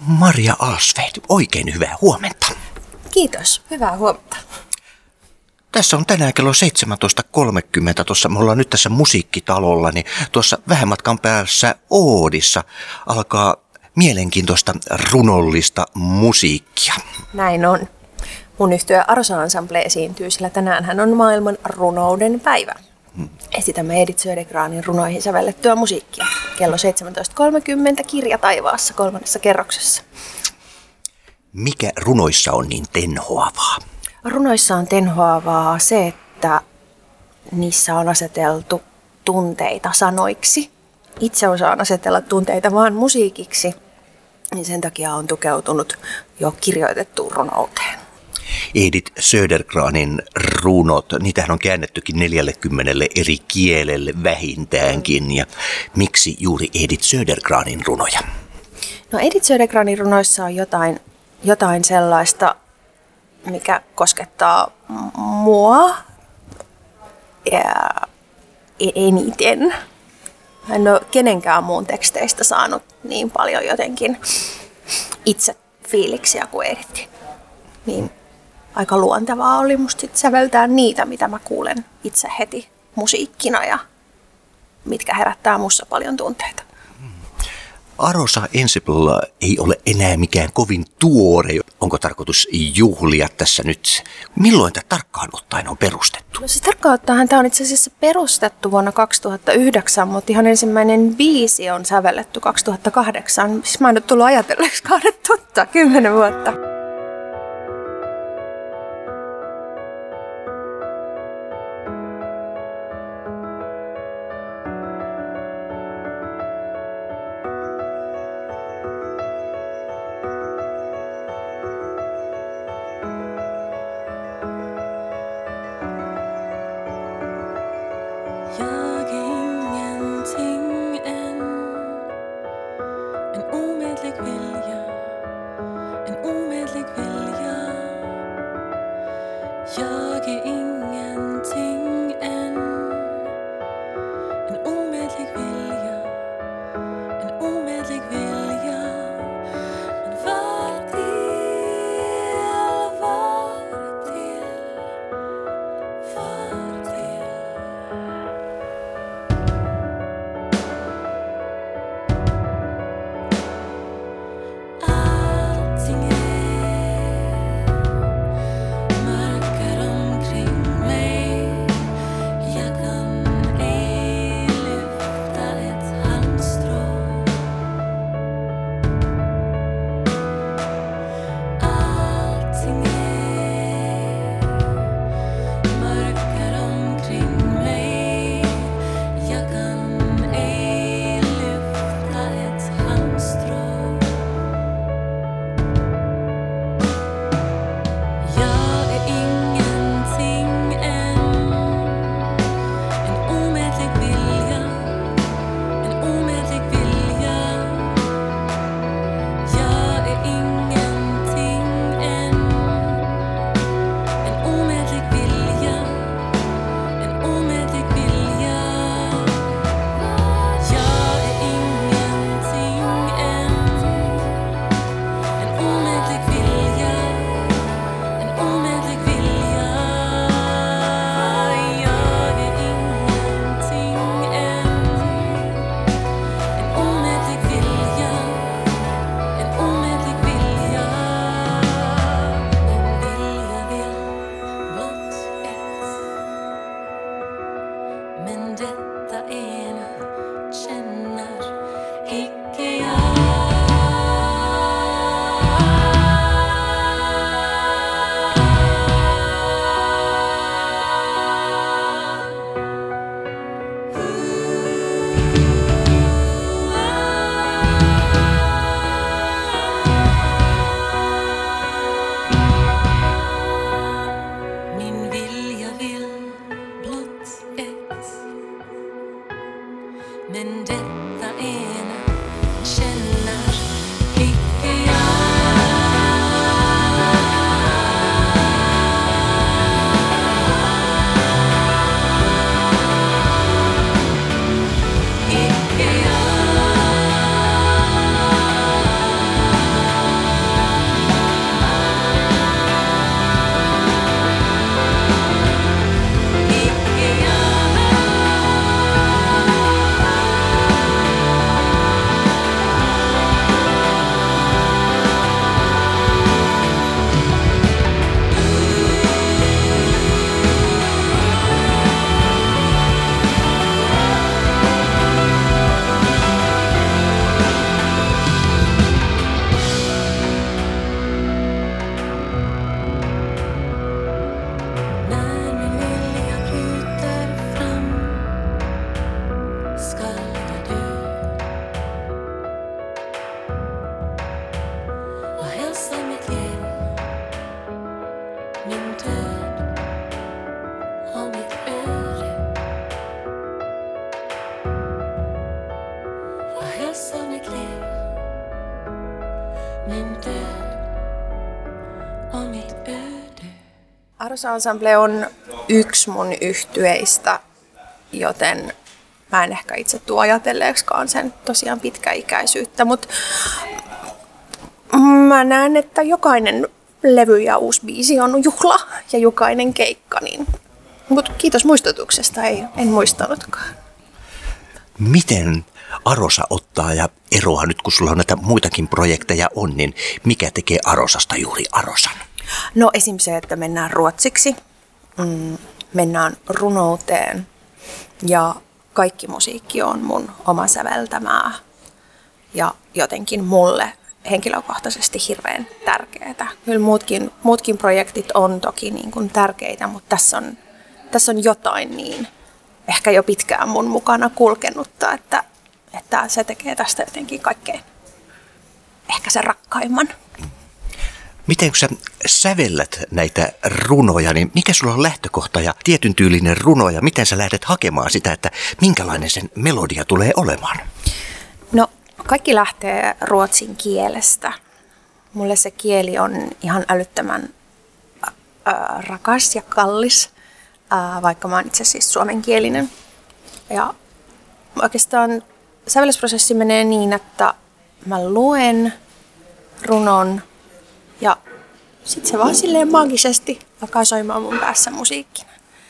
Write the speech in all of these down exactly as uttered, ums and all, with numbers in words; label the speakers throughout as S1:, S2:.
S1: Maria Alsved, oikein hyvää huomenta.
S2: Kiitos, hyvää huomenta.
S1: Tässä on tänään kello seitsemäntoista kolmekymmentä, tuossa, me ollaan nyt tässä musiikkitalolla, niin tuossa vähän matkan päässä Oodissa alkaa mielenkiintoista runollista musiikkia.
S2: Näin on. Mun yhtye Arosa Ensemble esiintyy, sillä tänäänhän on maailman runouden päivä. Esitämme Edith Södergranin runoihin sävellettyä musiikkia. Kello seitsemäntoista kolmekymmentä Kirja taivaassa kolmannessa kerroksessa.
S1: Mikä runoissa on niin tenhoavaa?
S2: Runoissa on tenhoavaa se, että niissä on aseteltu tunteita sanoiksi. Itse osaan asetella tunteita vaan musiikiksi, niin sen takia on tukeutunut jo kirjoitettuun runouteen.
S1: Edith Södergranin runot, niitähän on käännettykin neljällekymmenelle eri kielelle vähintäänkin. Ja miksi juuri Edith Södergranin runoja?
S2: No Edith Södergranin runoissa on jotain, jotain sellaista, mikä koskettaa mua ja eniten. En ole kenenkään muun teksteistä saanut niin paljon jotenkin itse fiiliksiä kuin Edith. Niin aika luontevaa oli musta sit säveltää niitä, mitä mä kuulen itse heti musiikkina ja mitkä herättää mussa paljon tunteita.
S1: Arosa Ensemble ei ole enää mikään kovin tuore. Onko tarkoitus juhlia tässä nyt? Milloin tämä tarkkaan ottaen on perustettu?
S2: No siis tarkkaan ottaen tämä on itse asiassa perustettu vuonna kaksituhattayhdeksän, mutta ihan ensimmäinen biisi on sävelletty kaksituhattakahdeksan. Siis mä en ole tullut ajatelleeksi kahdet totta, kymmenen vuotta.
S3: min död och mitt öde.
S2: Arosa Ensemble on yksi mun yhtyeistä, joten mä en ehkä itse tuo ajatelleeksikaan sen tosiaan pitkäikäisyyttä, mutta mä näen, että jokainen levy ja uusi biisi on juhla ja jokainen keikka, niin mutta kiitos muistutuksesta, ei, en muistanutkaan.
S1: Miten Arosa ottaa ja eroaa nyt, kun sulla on näitä muitakin projekteja on, niin mikä tekee Arosasta juuri Arosan?
S2: No esim. Se, että mennään ruotsiksi, mm, mennään runouteen ja kaikki musiikki on mun oma säveltämää ja jotenkin mulle henkilökohtaisesti hirveän tärkeää. Kyllä muutkin, muutkin projektit on toki niin kuin tärkeitä, mutta tässä on, tässä on jotain niin ehkä jo pitkään mun mukana kulkenutta, että, että se tekee tästä jotenkin kaikkein ehkä sen rakkaimman.
S1: Miten kun sä sävellät näitä runoja, niin mikä sulla on lähtökohta ja tietyn tyylinen runo ja miten sä lähdet hakemaan sitä, että minkälainen sen melodia tulee olemaan?
S2: No kaikki lähtee ruotsin kielestä. Mulle se kieli on ihan älyttömän ää, rakas ja kallis, ää, vaikka mä oon itse siis suomenkielinen. Ja oikeastaan sävellysprosessi menee niin, että mä luen runon ja sitten se vaan silleen maagisesti alkaa soimaan mun päässä musiikkina.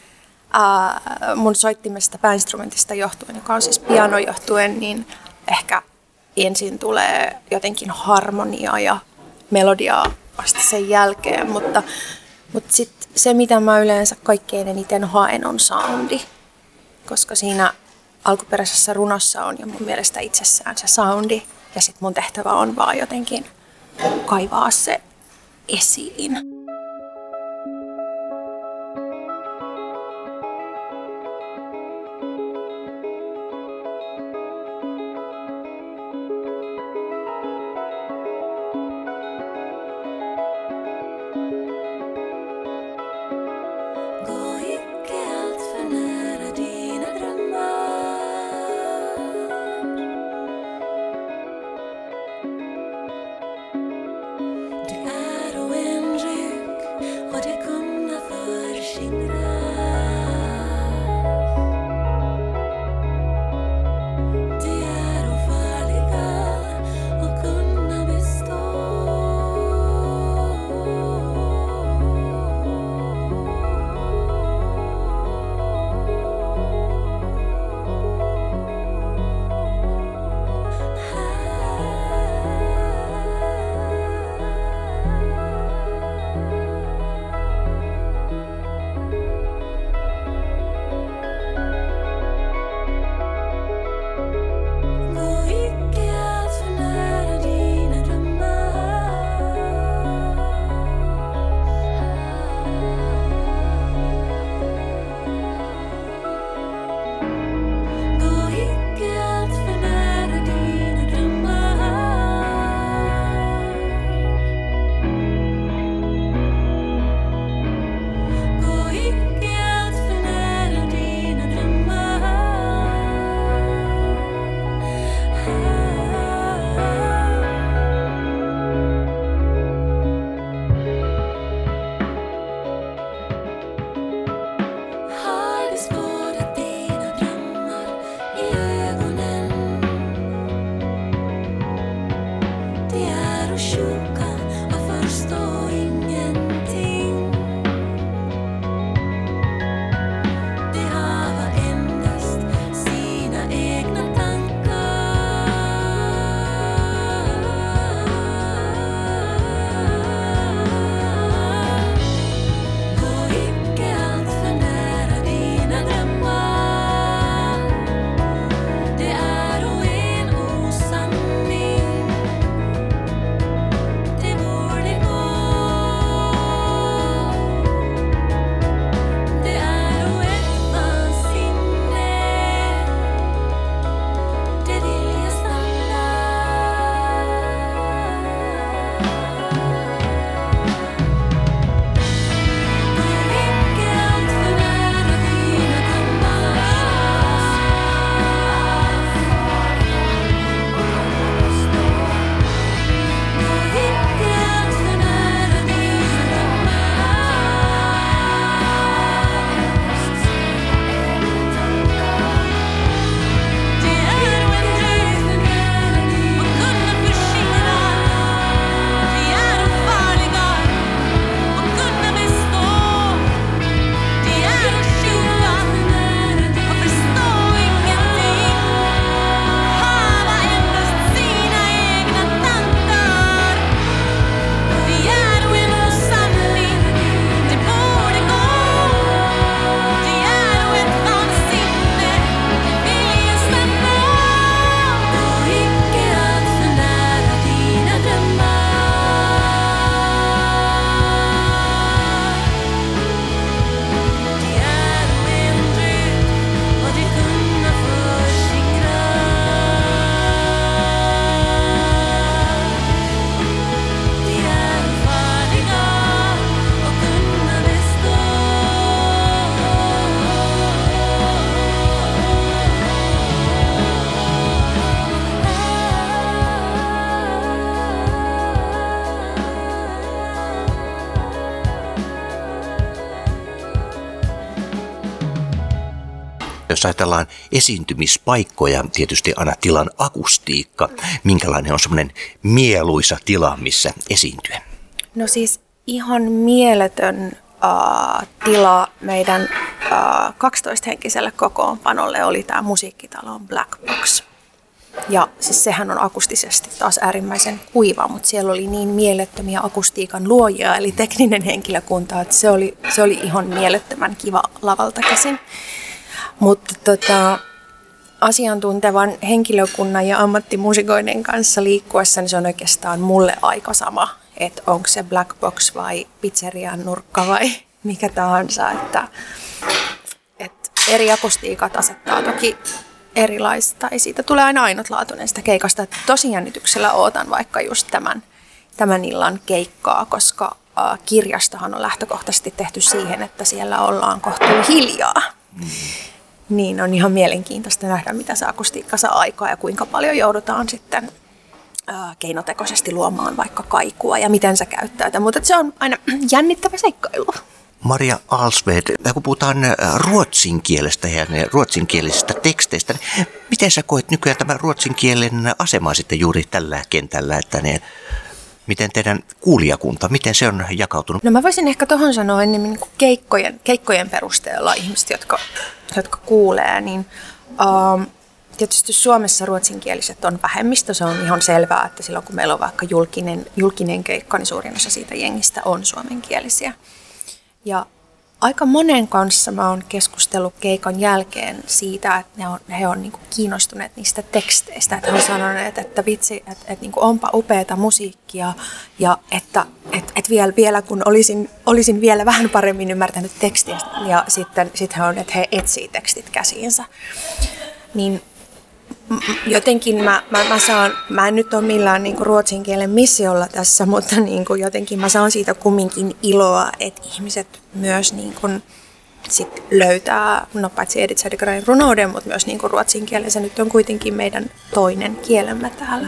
S2: Ää, mun soittimesta pääinstrumentista johtuen, joka on siis piano johtuen, niin ehkä ensin tulee jotenkin harmonia ja melodiaa vasta sen jälkeen, mutta, mutta sit se, mitä mä yleensä kaikkein eniten haen, on soundi, koska siinä alkuperäisessä runossa on jo mun mielestä itsessään se soundi, ja sit mun tehtävä on vaan jotenkin kaivaa se esiin.
S3: Du är oändlig
S1: jos ajatellaan esiintymispaikkoja, tietysti aina tilan akustiikka, minkälainen on semmoinen mieluisa tila, missä esiintyä?
S2: No siis ihan mieletön äh, tila meidän äh, kaksitoista-henkiselle kokoonpanolle oli tämä musiikkitalon Black Box. Ja siis sehän on akustisesti taas äärimmäisen kuiva, mutta siellä oli niin mielettömiä akustiikan luojia, eli tekninen henkilökunta, että se oli, se oli ihan mielettömän kiva lavalta käsin. Mutta tota, asiantuntevan henkilökunnan ja ammattimusikoiden kanssa liikkuessa, niin se on oikeastaan mulle aika sama, että onko se Black Box vai pizzerian nurkka vai mikä tahansa. Että, että eri akustiikat asettaa toki erilaista, ja siitä tulee aina ainutlaatuinen sitä keikasta. Että tosi jännityksellä ootan vaikka just tämän, tämän illan keikkaa, koska äh, kirjastohan on lähtökohtaisesti tehty siihen, että siellä ollaan kohtuu hiljaa. Mm. Niin on ihan mielenkiintoista nähdä, mitä se akustiikka saa aikaa ja kuinka paljon joudutaan sitten äh, keinotekoisesti luomaan vaikka kaikua ja miten se käyttää. Mutta se on aina jännittävä seikkailu.
S1: Maria Alsved, kun puhutaan ruotsin kielestä ja ruotsinkielisistä teksteistä, niin miten sä koet nykyään tämän ruotsin kielen asemaa sitten juuri tällä kentällä, että ne, miten teidän kuulijakunta, miten se on jakautunut?
S2: No mä voisin ehkä tohon sanoa enemmän niin kuin keikkojen, keikkojen perusteella ihmiset, jotka, jotka kuulee, niin um, tietysti Suomessa ruotsinkieliset on vähemmistö, se on ihan selvää, että silloin kun meillä on vaikka julkinen, julkinen keikka, niin suurin osa siitä jengistä on suomenkielisiä. Ja aika monen kanssa mä oon keskustellut keikan jälkeen siitä, että ne on, he on niinku kiinnostuneet niistä teksteistä. Että he on sanoneet, että vitsi, että, että niinku onpa upeata musiikkia ja että et, et vielä, vielä kun olisin, olisin vielä vähän paremmin ymmärtänyt tekstiä ja sitten sit he on, että he etsii tekstit käsiinsä. Niin jotenkin mä, mä, mä saan, mä en nyt ole millään niin kuin ruotsin kielen missiolla tässä, mutta niin kuin jotenkin mä saan siitä kumminkin iloa, että ihmiset myös niin kuin sit löytää, no paitsi Edith Södergrenin runouden, mutta myös niin kuin ruotsin kielen, se nyt on kuitenkin meidän toinen kielemme täällä.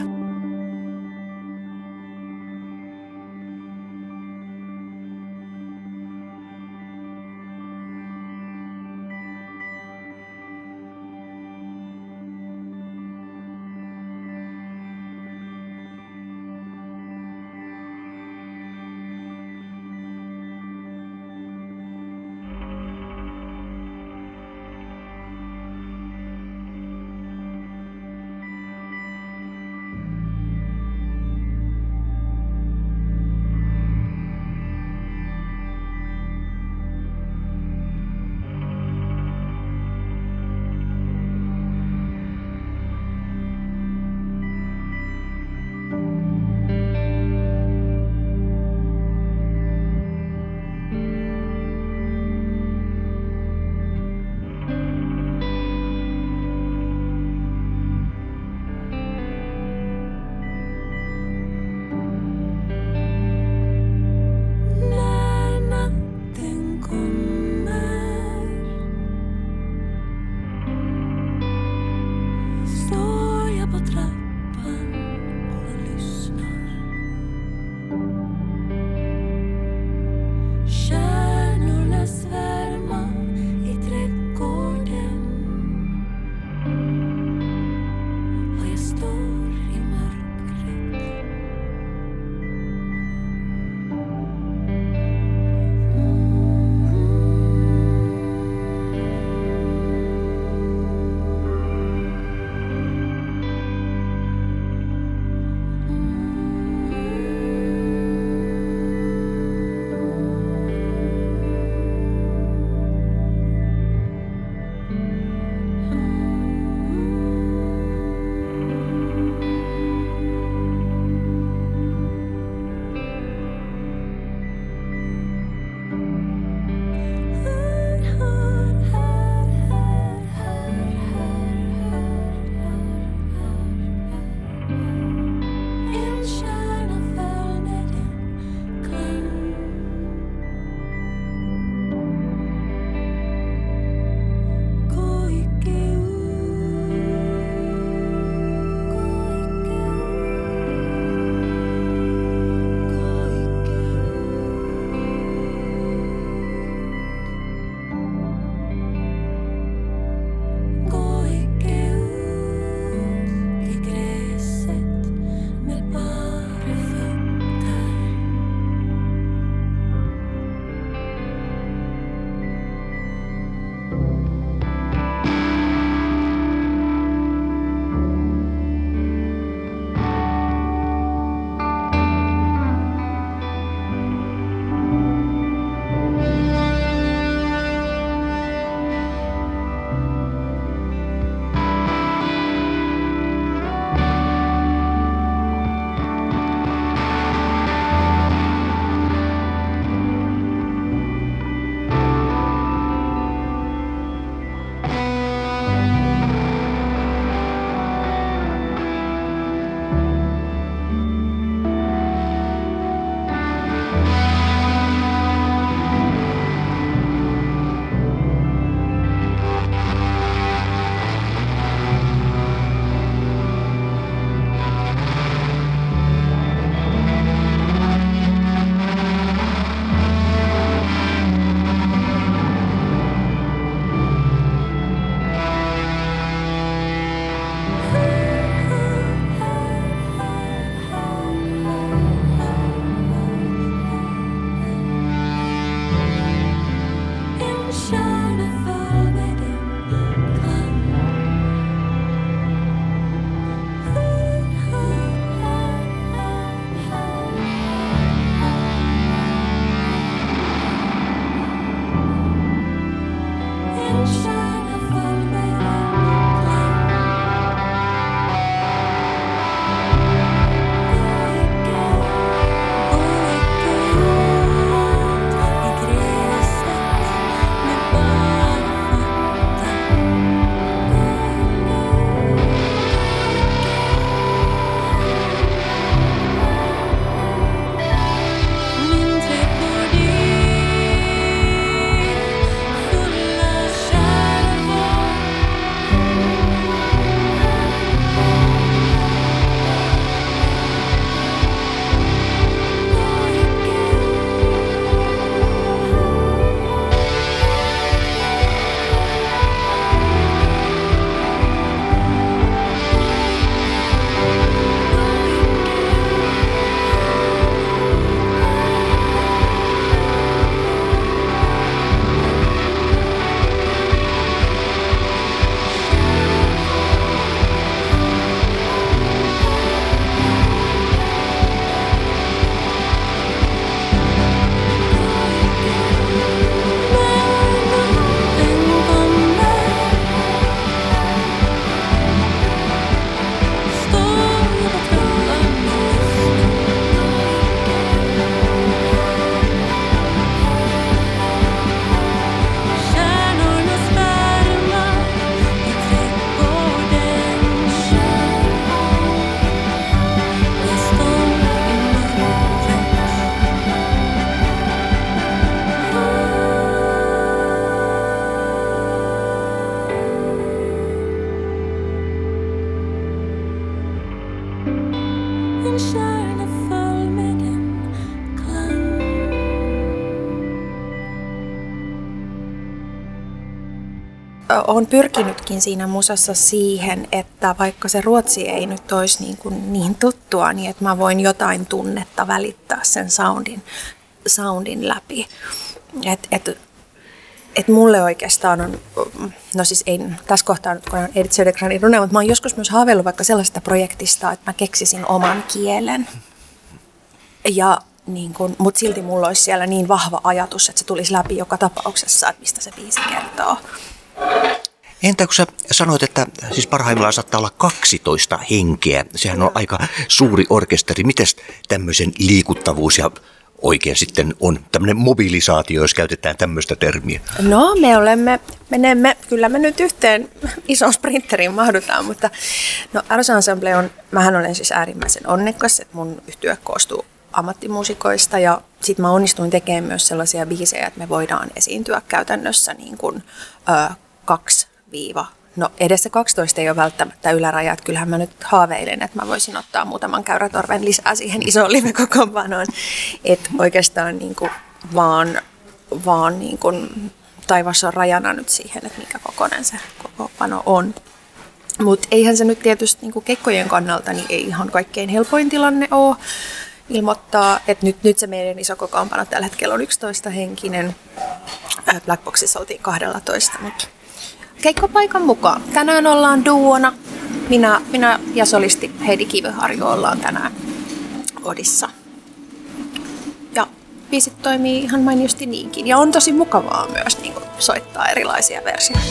S2: olen pyrkinytkin siinä musassa siihen, että vaikka se ruotsi ei nyt olisi niin, kuin niin tuttua, niin että mä voin jotain tunnetta välittää sen soundin, soundin läpi. Et, et, et mulle oikeastaan on, no siis ei tässä kohtaa nyt kun on Edith Södergranin runoja, mutta mä oon joskus myös haaveillut vaikka sellaista projektista, että mä keksisin oman kielen. Ja niin kun, mutta silti mulla olisi siellä niin vahva ajatus, että se tulisi läpi joka tapauksessa, että mistä se biisi kertoo.
S1: Entä kun sä sanoit, että siis parhaimmillaan saattaa olla kaksitoista henkeä, sehän on aika suuri orkesteri. Mites tämmöisen liikuttavuus ja oikein sitten on tämmöinen mobilisaatio, jos käytetään tämmöistä termiä?
S2: No me olemme, menemme, kyllä me nyt yhteen isoon sprinteriin mahdutaan, mutta no Aros Ensemble on, mähän olen siis äärimmäisen onnekas, että mun yhtye koostuu ammattimuusikoista ja sit mä onnistuin tekemään myös sellaisia biisejä, että me voidaan esiintyä käytännössä niin kuin ö, kaksi viiva, no edessä kaksitoista ei ole välttämättä yläraja, että kyllähän mä nyt haaveilen, että mä voisin ottaa muutaman käyrätorven lisää siihen isoon live-kokoonpanoon, että oikeastaan niin kuin vaan, vaan niin kuin taivas on rajana nyt siihen, että mikä kokoinen se kokoonpano on. Mutta eihän se nyt tietysti niin kuin keikkojen kannalta niin ei ihan kaikkein helpoin tilanne ole ilmoittaa, että nyt, nyt se meidän iso kokoonpano tällä hetkellä on yksitoista henkinen. Blackboxissa oltiin kaksitoista, mutta keikkopaikan mukaan. Tänään ollaan duona. Minä, minä ja solisti Heidi Kiviharju ollaan tänään Odissa. Ja biisit toimii ihan mainiosti niinkin. Ja on tosi mukavaa myös niin kuin soittaa erilaisia versioita.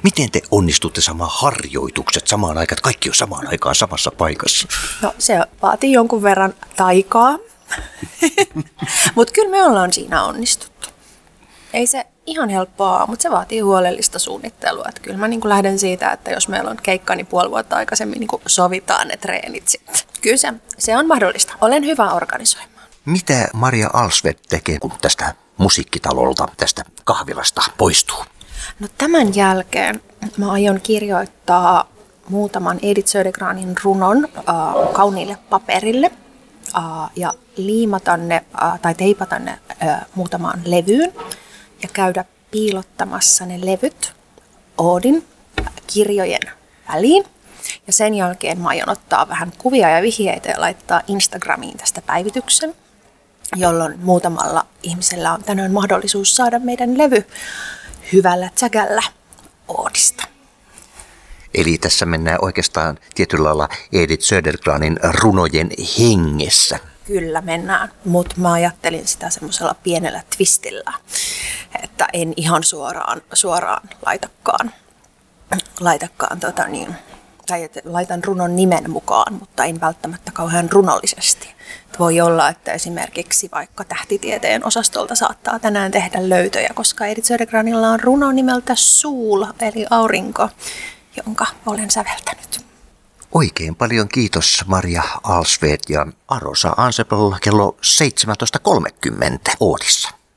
S1: Miten te onnistutte saamaan harjoitukset samaan aikaan, että kaikki on samaan aikaan samassa paikassa?
S2: No se vaatii jonkun verran taikaa, mutta kyllä me ollaan siinä onnistuttu. Ei se ihan helppoa, mutta se vaatii huolellista suunnittelua. Että kyllä mä niin kuin lähden siitä, että jos meillä on keikka, niin puoli vuotta aikaisemmin niin kuin sovitaan ne treenit sitten. Kyllä se, se on mahdollista. Olen hyvä organisoimaan.
S1: Mitä Maria Alsved tekee, kun tästä musiikkitalolta, tästä kahvilasta poistuu?
S2: No tämän jälkeen mä aion kirjoittaa muutaman Edith Södergranin runon äh, kauniille paperille äh, ja liimata ne äh, tai teipata ne äh, muutamaan levyyn ja käydä piilottamassa ne levyt Oodin kirjojen väliin. Ja sen jälkeen mä aion ottaa vähän kuvia ja vihjeitä ja laittaa Instagramiin tästä päivityksen, jolloin muutamalla ihmisellä on tänään mahdollisuus saada meidän levy hyvällä tsäkällä Oodista.
S1: Eli tässä mennään oikeastaan tietyllä lailla Edith Södergranin runojen hengessä.
S2: Kyllä mennään, mutta mä ajattelin sitä semmoisella pienellä twistillä, että en ihan suoraan, suoraan laitakaan, laitakaan tota niin, tai että laitan runon nimen mukaan, mutta en välttämättä kauhean runollisesti. Voi olla, että esimerkiksi vaikka tähtitieteen osastolta saattaa tänään tehdä löytöjä, koska Edith Södergranilla on runo nimeltä Soul, eli aurinko, jonka olen säveltänyt.
S1: Oikein paljon kiitos Maria Alsved ja Arosa Ensemble kello seitsemäntoista kolmekymmentä Oodissa.